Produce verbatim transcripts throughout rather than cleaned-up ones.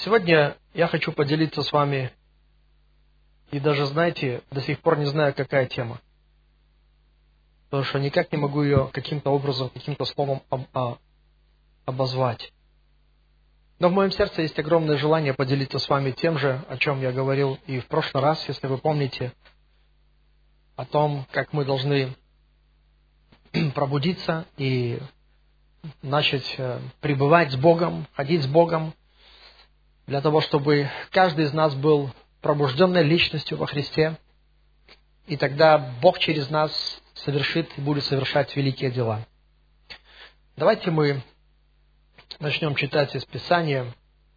Сегодня я хочу поделиться с вами, и даже, знаете, до сих пор не знаю, какая тема. Потому что никак не могу ее каким-то образом, каким-то словом об, а, обозвать. Но в моем сердце есть огромное желание поделиться с вами тем же, о чем я говорил и в прошлый раз, если вы помните, о том, как мы должны пробудиться и начать пребывать с Богом, ходить с Богом, для того, чтобы каждый из нас был пробужденной личностью во Христе, и тогда Бог через нас совершит и будет совершать великие дела. Давайте мы начнем читать из Писания.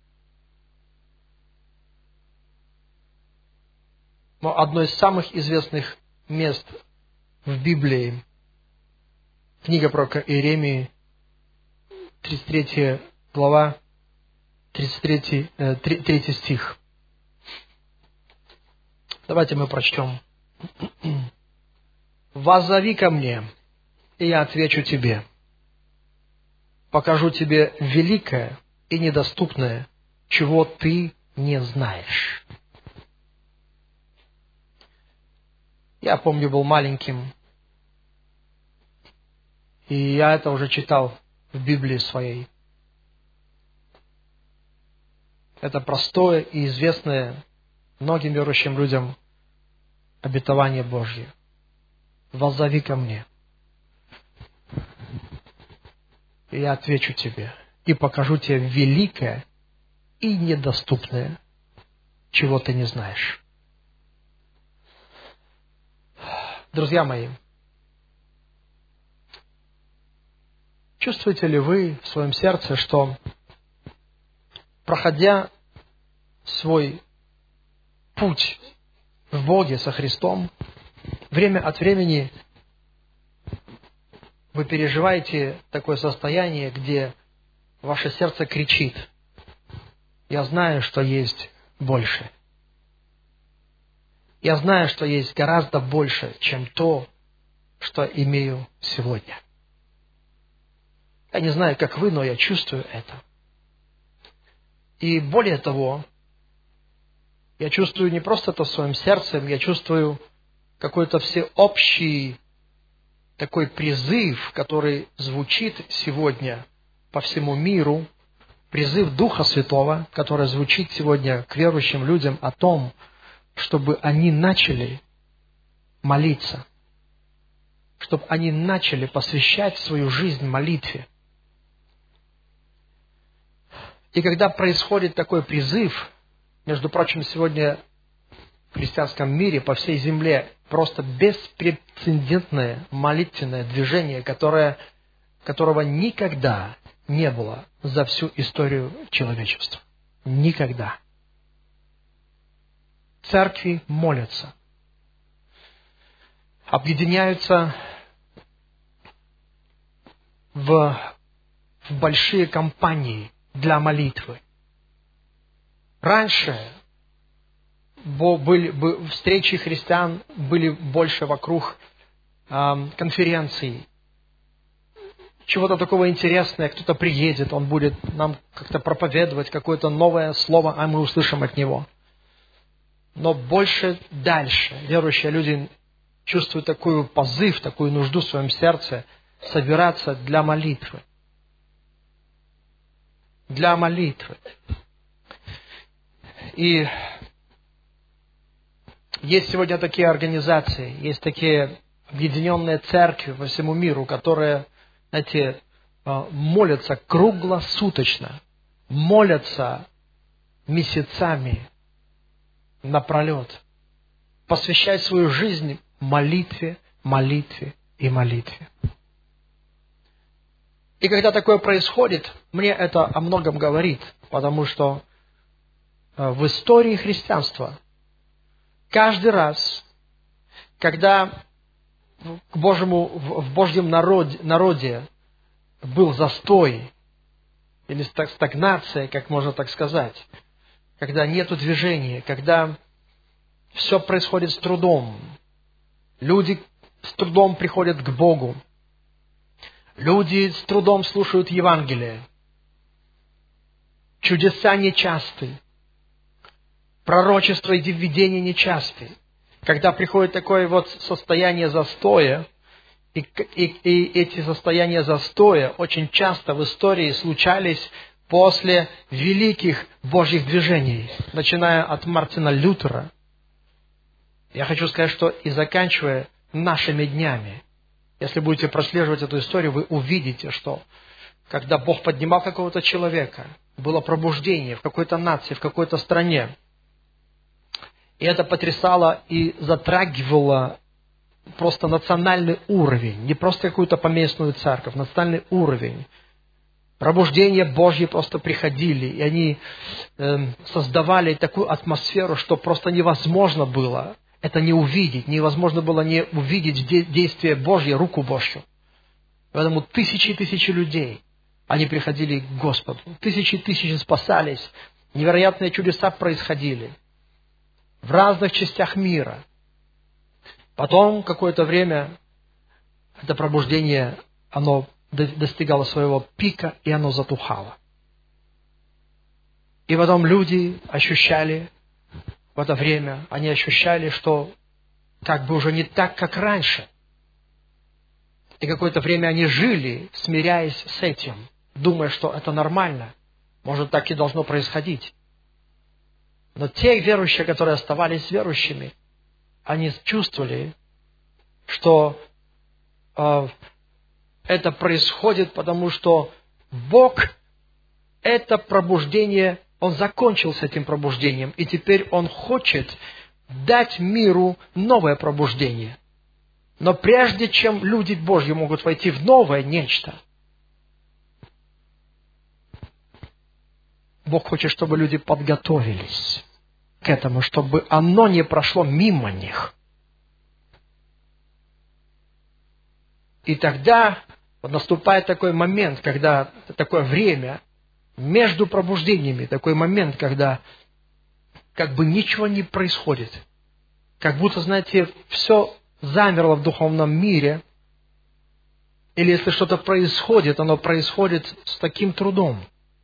Но одно из самых известных мест в Библии, книга пророка Иеремии, тридцать третья глава, тридцать третий, э, третий стих. Давайте мы прочтем. «Воззови ко мне, и я отвечу тебе. Покажу тебе великое и недоступное, чего ты не знаешь». Я помню, был маленьким, и я это уже читал в Библии своей. Это простое и известное многим верующим людям обетование Божье. «Воззови ко мне, и я отвечу тебе, и покажу тебе великое и недоступное, чего ты не знаешь». Друзья мои, чувствуете ли вы в своем сердце, что, проходя свой путь в Боге со Христом, время от времени вы переживаете такое состояние, где ваше сердце кричит: «Я знаю, что есть больше. Я знаю, что есть гораздо больше, чем то, что имею сегодня». Я не знаю, как вы, но я чувствую это. И более того, я чувствую не просто это своим сердцем, я чувствую какой-то всеобщий такой призыв, который звучит сегодня по всему миру, призыв Духа Святого, который звучит сегодня к верующим людям о том, чтобы они начали молиться, чтобы они начали посвящать свою жизнь молитве. И когда происходит такой призыв, между прочим, сегодня в христианском мире, по всей земле, просто беспрецедентное молитвенное движение, которое, которого никогда не было за всю историю человечества. Никогда. Церкви молятся, объединяются в, в большие компании для молитвы. Раньше были, встречи христиан были больше вокруг э, конференций, чего-то такого интересного, кто-то приедет, он будет нам как-то проповедовать какое-то новое слово, а мы услышим от него. Но больше дальше верующие люди чувствуют такой позыв, такую нужду в своем сердце собираться для молитвы. Для молитвы. И есть сегодня такие организации, есть такие объединенные церкви по всему миру, которые, знаете, молятся круглосуточно, молятся месяцами напролет, посвящая свою жизнь молитве, молитве и молитве. И когда такое происходит, мне это о многом говорит, потому что в истории христианства каждый раз, когда к Божьему, в Божьем народе, народе был застой или стагнация, как можно так сказать, когда нет движения, когда все происходит с трудом, люди с трудом приходят к Богу, люди с трудом слушают Евангелие, чудеса нечасты, пророчества и видения нечасты. Когда приходит такое вот состояние застоя, и, и, и эти состояния застоя очень часто в истории случались после великих Божьих движений, начиная от Мартина Лютера. Я хочу сказать, что и заканчивая нашими днями, если будете прослеживать эту историю, вы увидите, что когда Бог поднимал какого-то человека, было пробуждение в какой-то нации, в какой-то стране, и это потрясало и затрагивало просто национальный уровень, не просто какую-то поместную церковь, национальный уровень. Пробуждения Божьи просто приходили, и они э, создавали такую атмосферу, что просто невозможно было это не увидеть, невозможно было не увидеть действие Божье, руку Божью. Поэтому тысячи и тысячи людей, они приходили к Господу, тысячи и тысячи спасались, невероятные чудеса происходили в разных частях мира. Потом какое-то время это пробуждение, оно достигало своего пика, и оно затухало. И потом люди ощущали в это время, они ощущали, что как бы уже не так, как раньше. И какое-то время они жили, смиряясь с этим, думая, что это нормально, может, так и должно происходить. Но те верующие, которые оставались верующими, они чувствовали, что э, это происходит, потому что Бог это пробуждение, Он закончил с этим пробуждением, и теперь Он хочет дать миру новое пробуждение. Но прежде чем люди Божьи могут войти в новое нечто, Бог хочет, чтобы люди подготовились к этому, чтобы оно не прошло мимо них. И тогда вот наступает такой момент, когда такое время между пробуждениями, такой момент, когда как бы ничего не происходит. Как будто, знаете, все замерло в духовном мире. Или если что-то происходит, оно происходит с таким трудом.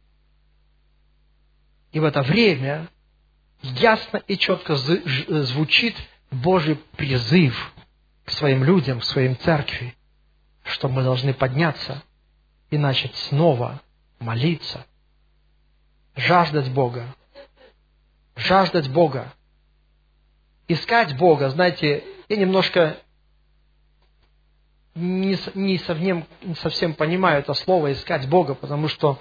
И в это время ясно и четко звучит Божий призыв к своим людям, к своим церкви, что мы должны подняться и начать снова молиться, жаждать Бога, жаждать Бога, искать Бога. Знаете, я немножко не, не, совсем, не совсем понимаю это слово «искать Бога», потому что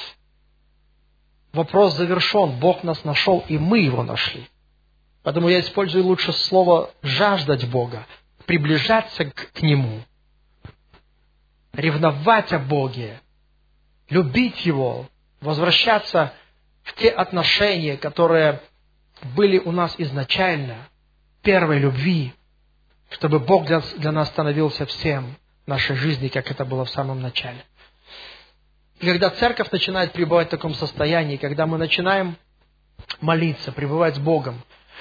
вопрос завершен, Бог нас нашел, и мы Его нашли. Поэтому я использую лучше слово «жаждать Бога», приближаться к, к Нему, ревновать о Боге, любить Его, возвращаться в те отношения, которые были у нас изначально, первой любви, чтобы Бог для, для нас становился всем в нашей жизни, как это было в самом начале. И когда церковь начинает пребывать в таком состоянии, когда мы начинаем молиться, пребывать с Богом,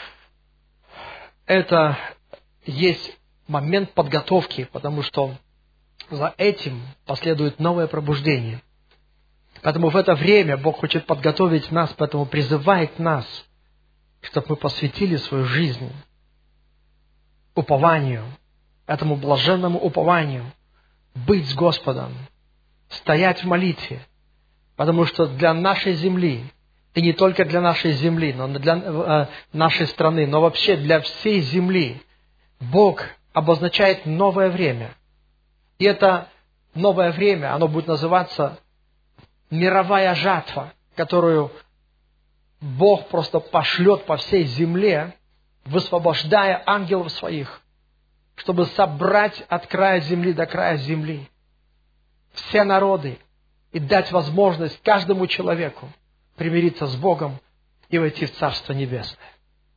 это есть момент подготовки, потому что за этим последует новое пробуждение. Поэтому в это время Бог хочет подготовить нас, поэтому призывает нас, чтобы мы посвятили свою жизнь упованию, этому блаженному упованию, быть с Господом, стоять в молитве, потому что для нашей земли, и не только для нашей земли, но для э, нашей страны, но вообще для всей земли, Бог обозначает новое время. И это новое время, оно будет называться мировая жатва, которую Бог просто пошлет по всей земле, высвобождая ангелов своих, чтобы собрать от края земли до края земли все народы и дать возможность каждому человеку примириться с Богом и войти в Царство Небесное.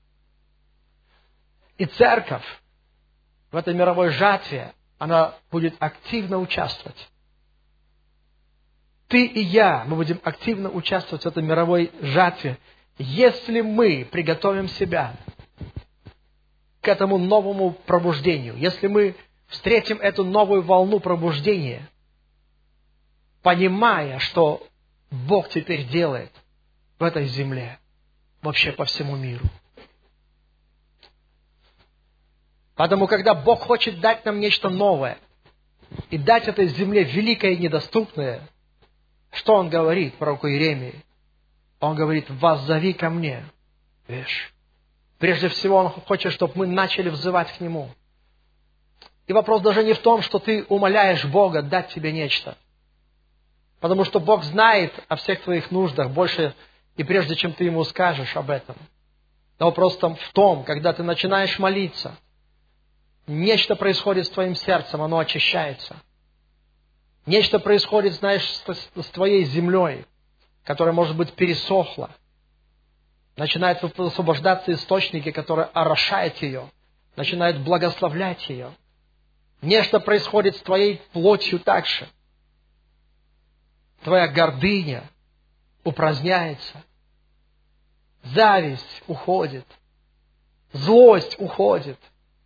И церковь в этой мировой жатве, она будет активно участвовать. Ты и я, мы будем активно участвовать в этой мировой жатве, если мы приготовим себя к этому новому пробуждению, если мы встретим эту новую волну пробуждения, понимая, что Бог теперь делает, в этой земле, вообще по всему миру. Поэтому, когда Бог хочет дать нам нечто новое, и дать этой земле великое и недоступное, что Он говорит пророку Иеремии? Он говорит: воззови ко мне. Видишь? Прежде всего, Он хочет, чтобы мы начали взывать к Нему. И вопрос даже не в том, что ты умоляешь Бога дать тебе нечто. Потому что Бог знает о всех твоих нуждах больше, и прежде чем ты Ему скажешь об этом. Но вопрос в том, когда ты начинаешь молиться, нечто происходит с твоим сердцем, оно очищается. Нечто происходит, знаешь, с твоей землей, которая, может быть, пересохла. Начинают освобождаться источники, которые орошают ее, начинают благословлять ее. Нечто происходит с твоей плотью также. Твоя гордыня упраздняется. Зависть уходит. Злость уходит.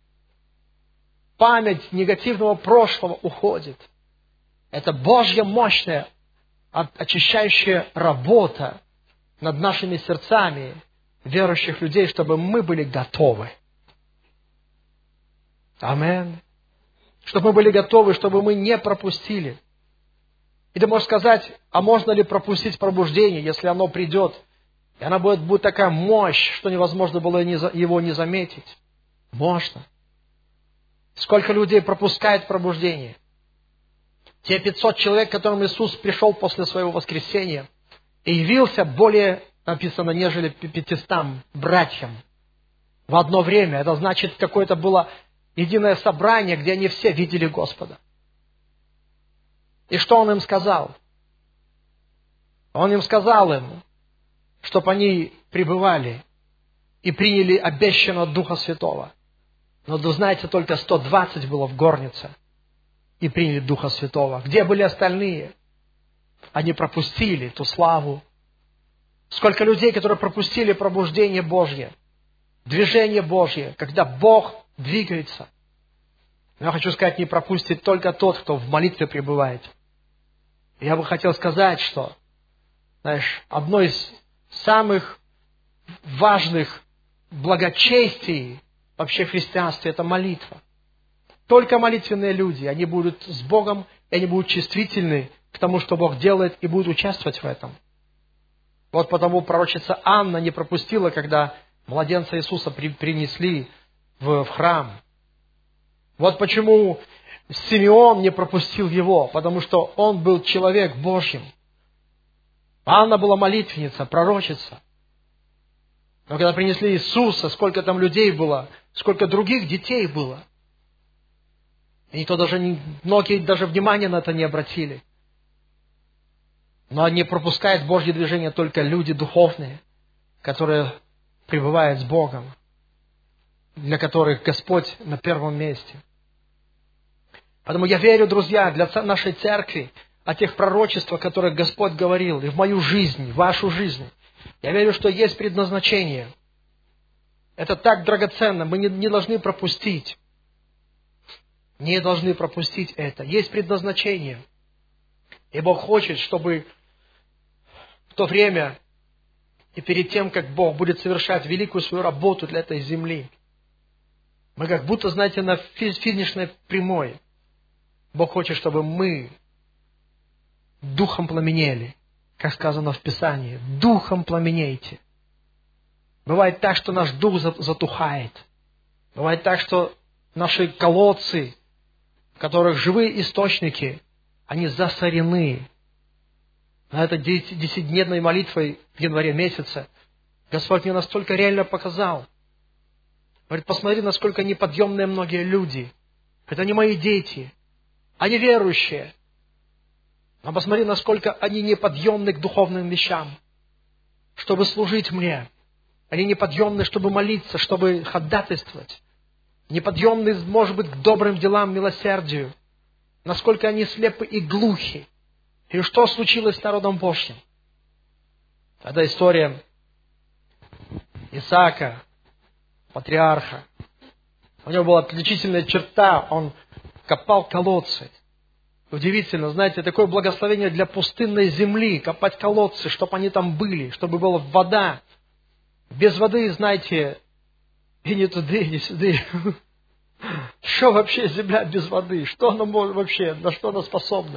Память негативного прошлого уходит. Это Божья мощная, очищающая работа над нашими сердцами верующих людей, чтобы мы были готовы. Аминь. Чтобы мы были готовы, чтобы мы не пропустили. И ты можешь сказать, а можно ли пропустить пробуждение, если оно придет, и она будет, будет такая мощь, что невозможно было его не заметить? Можно. Сколько людей пропускает пробуждение? Те пятьсот человек, к которым Иисус пришел после своего воскресения, и явился более, написано, нежели пятистам братьям в одно время. Это значит, какое-то было единое собрание, где они все видели Господа. И что Он им сказал? Он им сказал им, чтобы они пребывали и приняли обещанного Духа Святого. Но, вы знаете, только сто двадцать было в горнице и приняли Духа Святого. Где были остальные? Они пропустили ту славу. Сколько людей, которые пропустили пробуждение Божье, движение Божье, когда Бог двигается. Но я хочу сказать, не пропустит только тот, кто в молитве пребывает. Я бы хотел сказать, что, знаешь, одно из самых важных благочестий вообще в христианстве — это молитва. Только молитвенные люди, они будут с Богом, и они будут чувствительны к тому, что Бог делает, и будут участвовать в этом. Вот потому пророчица Анна не пропустила, когда младенца Иисуса при, принесли в, в храм. Вот почему Симеон не пропустил его, потому что он был человек Божьим. Анна была молитвенница, пророчица. Но когда принесли Иисуса, сколько там людей было, сколько других детей было. И никто даже, не, многие даже внимания на это не обратили. Но не пропускают Божье движение только люди духовные, которые пребывают с Богом, для которых Господь на первом месте. Поэтому я верю, друзья, для нашей церкви, о тех пророчествах, о которых Господь говорил, и в мою жизнь, в вашу жизнь. Я верю, что есть предназначение. Это так драгоценно, мы не, не должны пропустить. Не должны пропустить это. Есть предназначение. И Бог хочет, чтобы в то время и перед тем, как Бог будет совершать великую свою работу для этой земли, мы как будто, знаете, на финишной прямой. Бог хочет, чтобы мы духом пламенели, как сказано в Писании. Духом пламенейте. Бывает так, что наш дух затухает. Бывает так, что наши колодцы, в которых живые источники, они засорены. На этой десятидневной молитвой в январе месяце Господь мне настолько реально показал. Говорит, посмотри, насколько неподъемные многие люди. Это не мои дети. Они верующие. Но посмотри, насколько они неподъемны к духовным вещам, чтобы служить мне. Они неподъемны, чтобы молиться, чтобы ходатайствовать. Неподъемны, может быть, к добрым делам, милосердию. Насколько они слепы и глухи. И что случилось с народом Божьим? Это история Исаака, патриарха. У него была отличительная черта. Он копал колодцы. Удивительно, знаете, такое благословение для пустынной земли, копать колодцы, чтобы они там были, чтобы была вода. Без воды, знаете, и не туда, и не сюда. Что вообще земля без воды? Что она может вообще, на что она способна?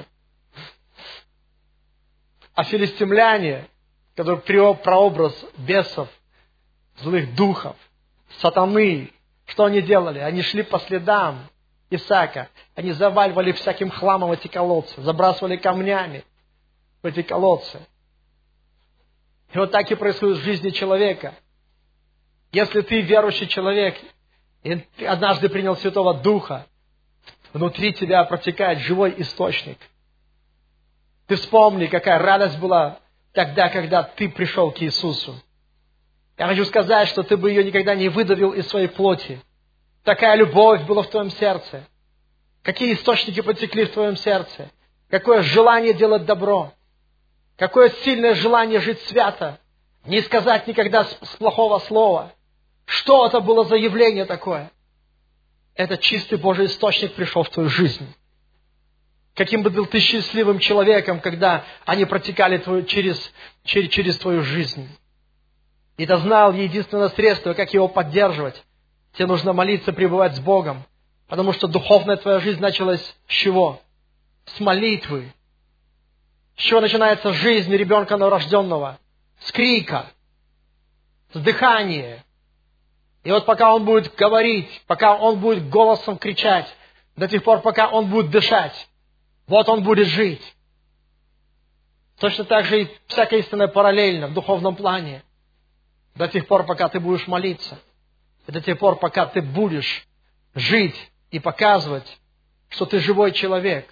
А филистимляне, которые прообраз бесов, злых духов, сатаны, что они делали? Они шли по следам Исаака. Они заваливали всяким хламом эти колодцы, забрасывали камнями в эти колодцы. И вот так и происходит в жизни человека. Если ты верующий человек, и ты однажды принял Святого Духа, внутри тебя протекает живой источник. Ты вспомни, какая радость была тогда, когда ты пришел к Иисусу. Я хочу сказать, что ты бы ее никогда не выдавил из своей плоти. Такая любовь была в твоем сердце. Какие источники потекли в твоем сердце. Какое желание делать добро. Какое сильное желание жить свято. Не сказать никогда с плохого слова. Что это было за явление такое? Это чистый Божий источник пришел в твою жизнь. Каким бы был ты счастливым человеком, когда они протекали твою, через, через, через твою жизнь. И ты знал единственное средство, как его поддерживать. Тебе нужно молиться, пребывать с Богом. Потому что духовная твоя жизнь началась с чего? С молитвы. С чего начинается жизнь ребенка новорожденного? С крика, с дыхания. И вот пока он будет говорить, пока он будет голосом кричать, до тех пор, пока он будет дышать, вот он будет жить. Точно так же и всякая истина параллельно в духовном плане. До тех пор, пока ты будешь молиться. И до тех пор, пока ты будешь жить и показывать, что ты живой человек.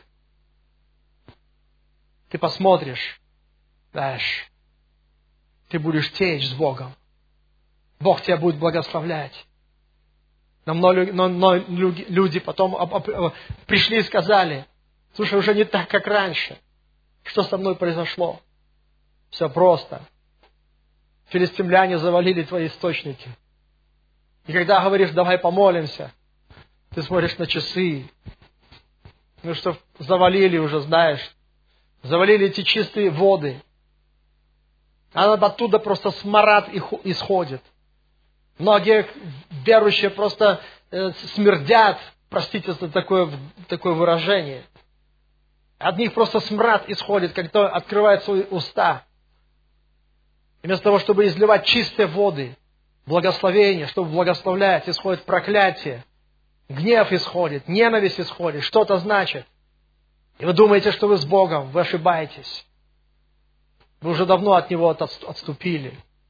Ты посмотришь, знаешь, ты будешь течь с Богом. Бог тебя будет благословлять. Но, но, но, но люди потом пришли и сказали: слушай, уже не так, как раньше. Что со мной произошло? Все просто. Филистимляне завалили твои источники. И когда говоришь, давай помолимся, ты смотришь на часы. Ну что, завалили уже, знаешь. Завалили эти чистые воды. А оттуда просто смрад исходит. Многие верующие просто э, смердят, простите за такое, такое выражение. От них просто смрад исходит, когда открывают свои уста. И вместо того, чтобы изливать чистые воды, благословение, чтобы благословлять, исходит проклятие, гнев исходит, ненависть исходит, что это значит. И вы думаете, что вы с Богом, вы ошибаетесь. Вы уже давно от Него отступили.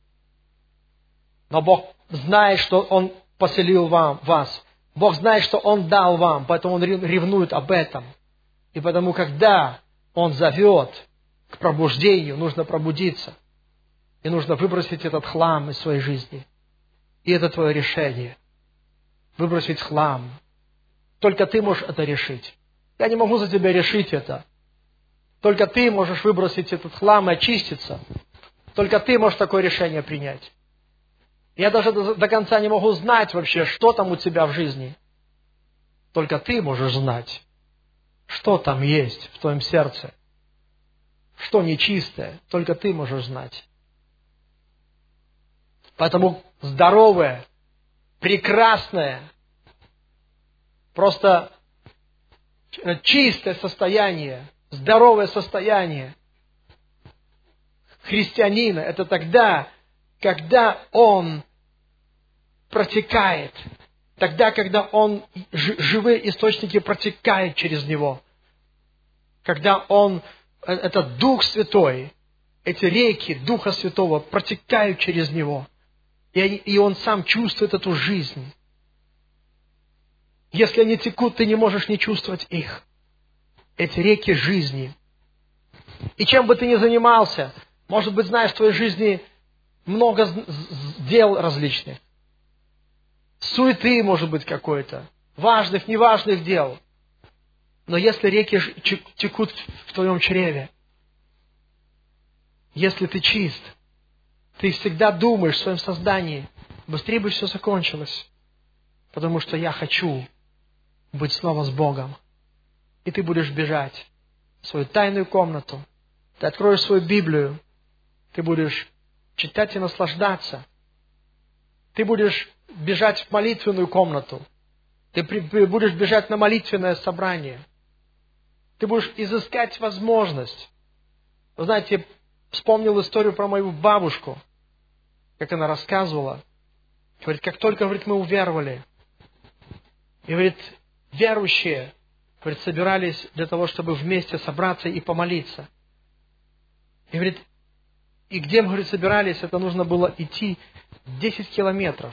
Но Бог знает, что Он поселил вам, вас. Бог знает, что Он дал вам, поэтому Он ревнует об этом. И потому, когда Он зовет к пробуждению, нужно пробудиться. И нужно выбросить этот хлам из своей жизни. И это твое решение. Выбросить хлам. Только ты можешь это решить. Я не могу за тебя решить это. Только ты можешь выбросить этот хлам и очиститься. Только ты можешь такое решение принять. Я даже до, до конца не могу знать вообще, что там у тебя в жизни. Только ты можешь знать, что там есть в твоем сердце. Что нечистое. Только ты можешь знать. Поэтому здоровое, прекрасное, просто чистое состояние, здоровое состояние христианина — это тогда, когда он протекает, тогда, когда он, живые источники протекают через него, когда он, этот Дух Святой, эти реки Духа Святого протекают через него, и, и он сам чувствует эту жизнь. Если они текут, ты не можешь не чувствовать их. Эти реки жизни. И чем бы ты ни занимался, может быть, знаешь, в твоей жизни много дел различных. Суеты, может быть, какой-то. Важных, неважных дел. Но если реки текут в твоем чреве, если ты чист, ты всегда думаешь в своем создании, быстрее бы все закончилось. Потому что я хочу быть снова с Богом. И ты будешь бежать. в свою тайную комнату, ты откроешь свою Библию, ты будешь читать и наслаждаться. Ты будешь бежать в молитвенную комнату. Ты будешь бежать на молитвенное собрание. Ты будешь изыскать возможность. Вы знаете, вспомнил историю про мою бабушку, как она рассказывала. Говорит, как только, говорит, мы уверовали, и, говорит, верующие, говорит, собирались для того, чтобы вместе собраться и помолиться. И, говорит, и где мы, говорит, собирались, это нужно было идти десять километров.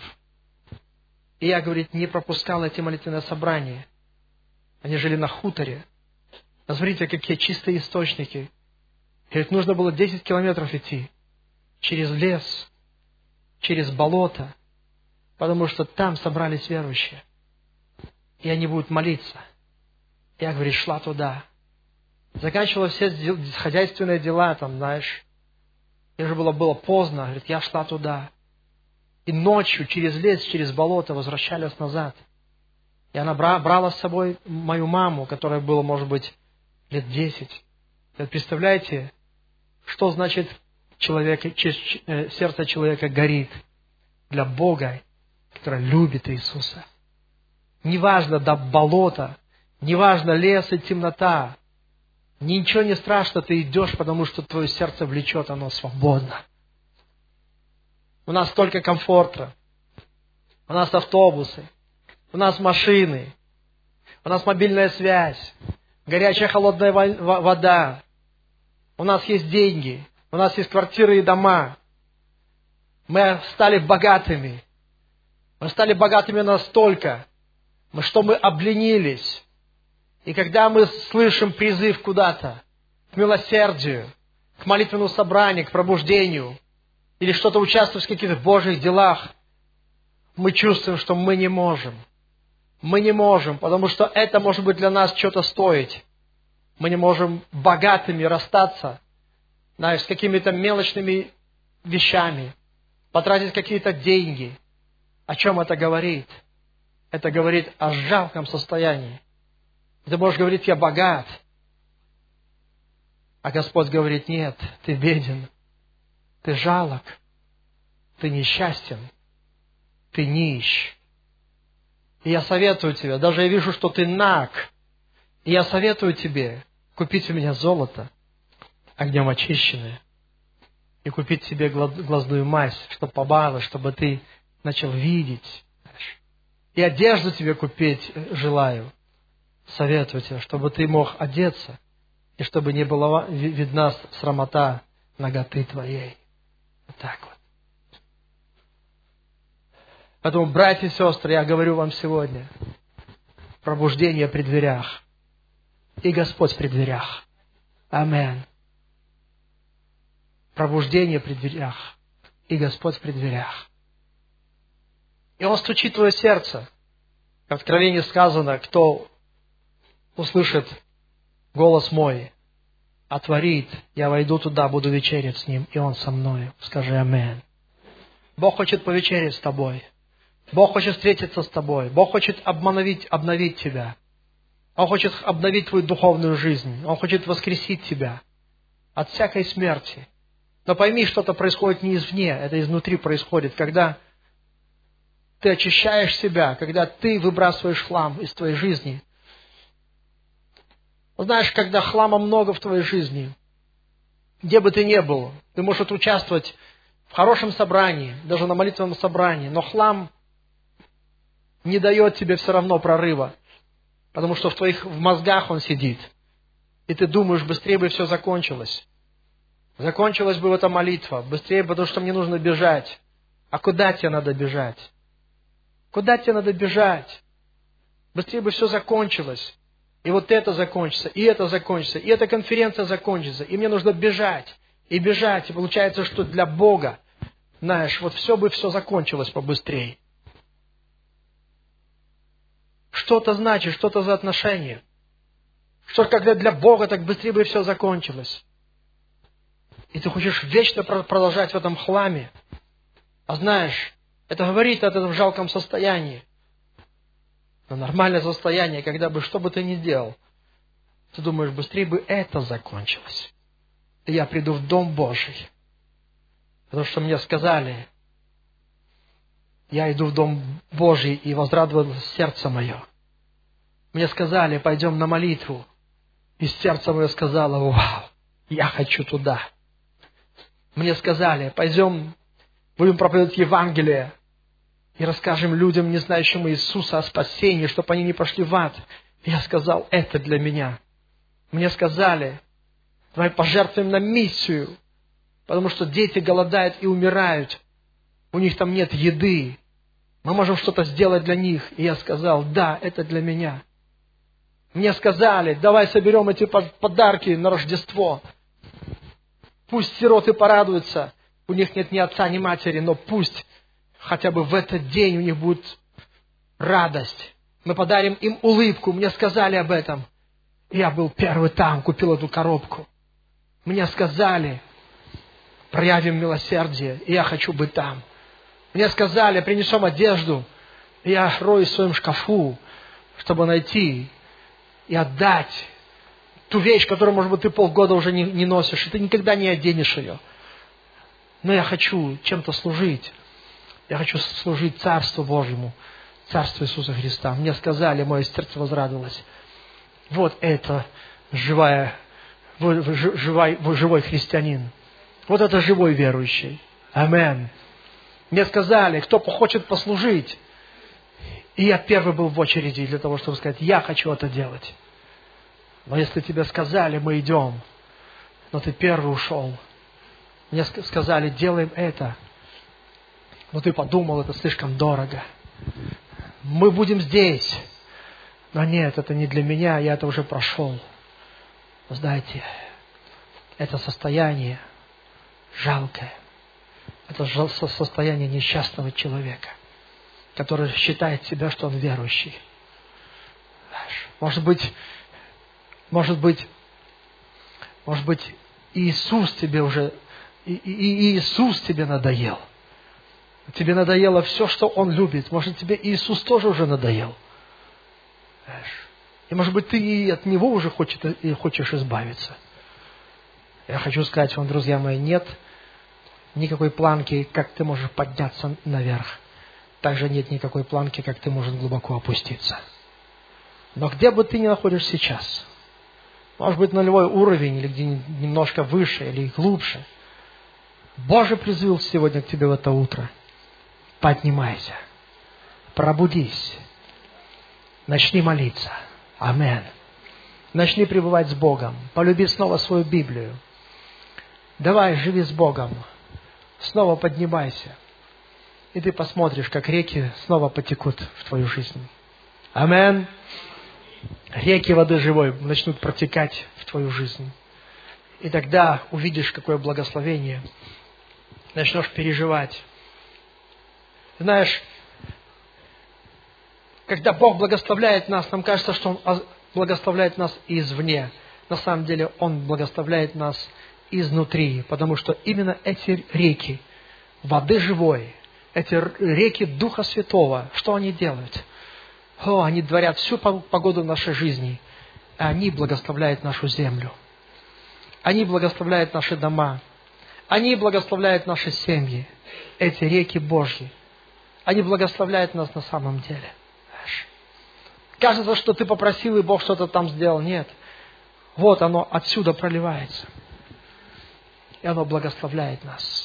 И я, говорит, не пропускал эти молитвенные собрания. Они жили на хуторе. А смотрите, какие чистые источники. Говорит, нужно было десять километров идти. Через лес, через болото. Потому что там собрались верующие. И они будут молиться. Я, говорит, шла туда. Заканчивала все хозяйственные дела, там, знаешь. И уже было, было поздно. Говорит, я шла туда. И ночью через лес, через болото возвращались назад. И она брала с собой мою маму, которая была, может быть, лет десять. И вот представляете, что значит человек, сердце человека горит для Бога, который любит Иисуса. Неважно до болота, неважно лес и темнота. Ничего не страшно, ты идешь, потому что твое сердце влечет, оно свободно. У нас столько комфорта. У нас автобусы. У нас машины. У нас мобильная связь. Горячая холодная вода. У нас есть деньги. У нас есть квартиры и дома. Мы стали богатыми. Мы стали богатыми настолько, что мы обленились. И когда мы слышим призыв куда-то, к милосердию, к молитвенному собранию, к пробуждению, или что-то участвовать в каких-то Божьих делах, мы чувствуем, что мы не можем. Мы не можем, потому что это может быть для нас что-то стоить. Мы не можем богатыми расстаться, знаешь, с какими-то мелочными вещами, потратить какие-то деньги. О чем это говорит? Это говорит о жалком состоянии. Ты можешь говорить, я богат. А Господь говорит, нет, ты беден. Ты жалок, ты несчастен, ты нищ. И я советую тебе, даже я вижу, что ты наг, и я советую тебе купить у меня золото, огнем очищенное, и купить себе глазную мазь, чтобы побаловать, чтобы ты начал видеть. И одежду тебе купить желаю. Советую тебе, чтобы ты мог одеться, и чтобы не была видна срамота наготы твоей. Вот так вот. Поэтому, братья и сестры, я говорю вам сегодня, пробуждение при дверях. И Господь при дверях. Аминь. Пробуждение при дверях. И Господь при дверях. И Он стучит в твое сердце. В Откровении сказано, кто услышит голос мой, отворит, я войду туда, буду вечерять с Ним, и Он со мной. Скажи аминь. Бог хочет повечерять с тобой. Бог хочет встретиться с тобой. Бог хочет обновить, обновить тебя. Он хочет обновить твою духовную жизнь. Он хочет воскресить тебя от всякой смерти. Но пойми, что-то происходит не извне, это изнутри происходит, когда ты очищаешь себя, когда ты выбрасываешь хлам из твоей жизни. Знаешь, когда хлама много в твоей жизни, где бы ты ни был, ты можешь участвовать в хорошем собрании, даже на молитвенном собрании, но хлам не дает тебе все равно прорыва, потому что в твоих в мозгах он сидит. И ты думаешь, быстрее бы все закончилось. Закончилась бы эта молитва, быстрее, потому что мне нужно бежать. А куда тебе надо бежать? Куда тебе надо бежать? Быстрее бы все закончилось. И вот это закончится, и это закончится, и эта конференция закончится. И мне нужно бежать, и бежать. И получается, что для Бога, знаешь, вот все бы все закончилось побыстрее. Что это значит, что это за отношение? Что когда для Бога так быстрее бы все закончилось? И ты хочешь вечно продолжать в этом хламе. А знаешь, это говорит о этом жалком состоянии. Но нормальное состояние, когда бы, что бы ты ни делал, Ты думаешь, быстрее бы это закончилось. И я приду в Дом Божий. Потому что мне сказали, я иду в Дом Божий, и возрадовалось сердце мое. Мне сказали, пойдем на молитву. И сердце мое сказало, вау, я хочу туда. Мне сказали, пойдем, будем проповедовать Евангелие. И расскажем людям, не знающим Иисуса, о спасении, чтобы они не пошли в ад. И я сказал, это для меня. Мне сказали, давай пожертвуем на миссию, потому что дети голодают и умирают. У них там нет еды. Мы можем что-то сделать для них. И я сказал, да, это для меня. Мне сказали, давай соберем эти подарки на Рождество. Пусть сироты порадуются. У них нет ни отца, ни матери, но пусть хотя бы в этот день у них будет радость. Мы подарим им улыбку. Мне сказали об этом. Я был первый там, купил эту коробку. Мне сказали, проявим милосердие, и я хочу быть там. Мне сказали, принесем одежду, и я роюсь в своем шкафу, чтобы найти и отдать ту вещь, которую, может быть, ты полгода уже не, не носишь, и ты никогда не оденешь ее. Но я хочу чем-то служить. Я хочу служить Царству Божьему, Царству Иисуса Христа. Мне сказали, мое сердце возрадовалось. Вот это живая, живой, живой христианин. Вот это живой верующий. Аминь. Мне сказали, кто хочет послужить. И я первый был в очереди для того, чтобы сказать, я хочу это делать. Но если тебе сказали, мы идем, но ты первый ушел. Мне сказали, делаем это. Но ты подумал, это слишком дорого. Мы будем здесь. Но нет, это не для меня, я это уже прошел. Но знаете, это состояние жалкое. Это состояние несчастного человека, который считает себя, что он верующий. Может быть, может быть, может быть, Иисус тебе уже, и, и, и Иисус тебе надоел. Тебе надоело все, что Он любит. Может, тебе Иисус тоже уже надоел. И, может быть, ты и от Него уже хочешь, и хочешь избавиться. Я хочу сказать вам, друзья мои, нет никакой планки, как ты можешь подняться наверх. Также нет никакой планки, как ты можешь глубоко опуститься. Но где бы ты ни находишься сейчас, может быть, нулевой уровень, или где немножко выше, или глубже, Божий призыв сегодня к тебе в это утро. Поднимайся, пробудись, начни молиться. Аминь. Начни пребывать с Богом. Полюби снова свою Библию. Давай, живи с Богом. Снова поднимайся. И ты посмотришь, как реки снова потекут в твою жизнь. Аминь. Реки воды живой начнут протекать в твою жизнь. И тогда увидишь, какое благословение. Начнешь переживать. Знаешь, когда Бог благословляет нас, нам кажется, что Он благословляет нас извне. На самом деле Он благословляет нас изнутри, потому что именно эти реки воды живой, эти реки Духа Святого, что они делают? О, они творят всю погоду нашей жизни, и они благословляют нашу землю. Они благословляют наши дома. Они благословляют наши семьи. Эти реки Божьи. Они благословляют нас на самом деле. Кажется, что ты попросил, и Бог что-то там сделал. Нет. Вот оно отсюда проливается. И оно благословляет нас.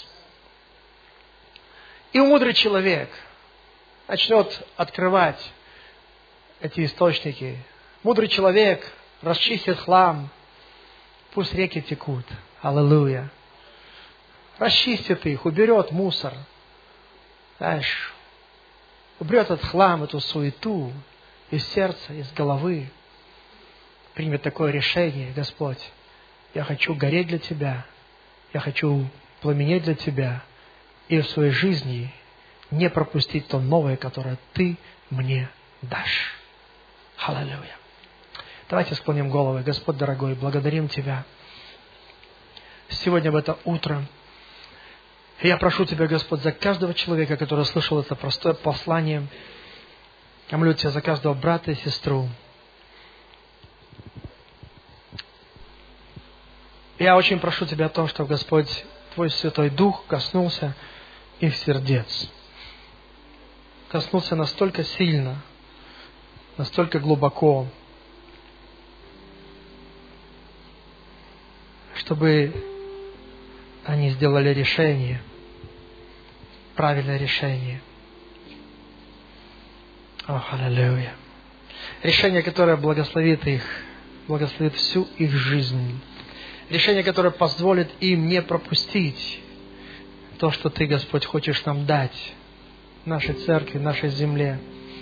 И мудрый человек начнет открывать эти источники. Мудрый человек расчистит хлам. Пусть реки текут. Аллилуйя. Расчистит их, уберет мусор. Знаешь, уберет этот хлам, эту суету из сердца, из головы. Примет такое решение: Господь, я хочу гореть для Тебя. Я хочу пламенеть для Тебя. И в своей жизни не пропустить то новое, которое Ты мне дашь. Аллилуйя. Давайте склоним головы. Господь дорогой, благодарим Тебя сегодня в это утро. И я прошу Тебя, Господь, за каждого человека, который слышал это простое послание. Я молю Тебя за каждого брата и сестру. Я очень прошу Тебя о том, чтобы, Господь, Твой Святой Дух коснулся их сердец. Коснулся настолько сильно, настолько глубоко, чтобы они сделали решение, правильное решение. О, аллилуйя. Решение, которое благословит их, благословит всю их жизнь. Решение, которое позволит им не пропустить то, что Ты, Господь, хочешь нам дать, нашей церкви, нашей земле.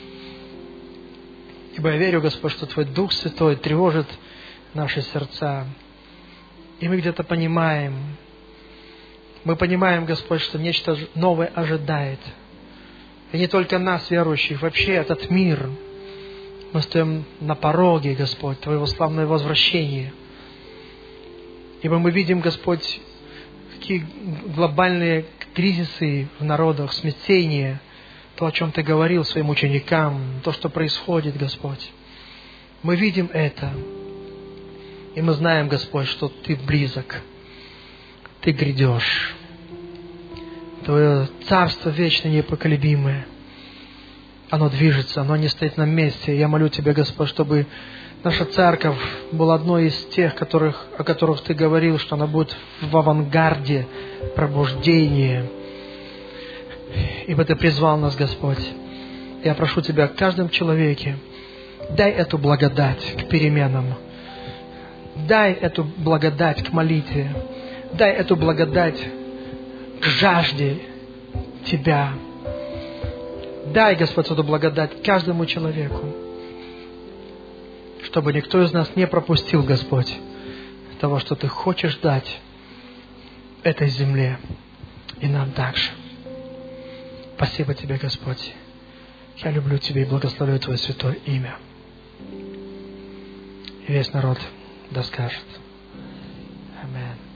Ибо я верю, Господь, что Твой Дух Святой тревожит наши сердца. И мы где-то понимаем, мы понимаем, Господь, что нечто новое ожидает. И не только нас, верующих, вообще этот мир. Мы стоим на пороге, Господь, Твоего славного возвращения. Ибо мы видим, Господь, какие глобальные кризисы в народах, смятение, то, о чем Ты говорил своим ученикам, то, что происходит, Господь. Мы видим это. И мы знаем, Господь, что Ты близок. Ты грядешь. Твое Царство вечное, непоколебимое. Оно движется, оно не стоит на месте. Я молю Тебя, Господь, чтобы наша церковь была одной из тех, которых, о которых Ты говорил, что она будет в авангарде пробуждения. Ибо Ты призвал нас, Господь. Я прошу Тебя, в каждом человеке, дай эту благодать к переменам. Дай эту благодать к молитве. Дай эту благодать к жажде Тебя. Дай, Господь, эту благодать каждому человеку, чтобы никто из нас не пропустил, Господь, того, что Ты хочешь дать этой земле и нам также. Спасибо Тебе, Господь. Я люблю Тебя и благословляю Твое святое имя. И весь народ да скажет. Аминь.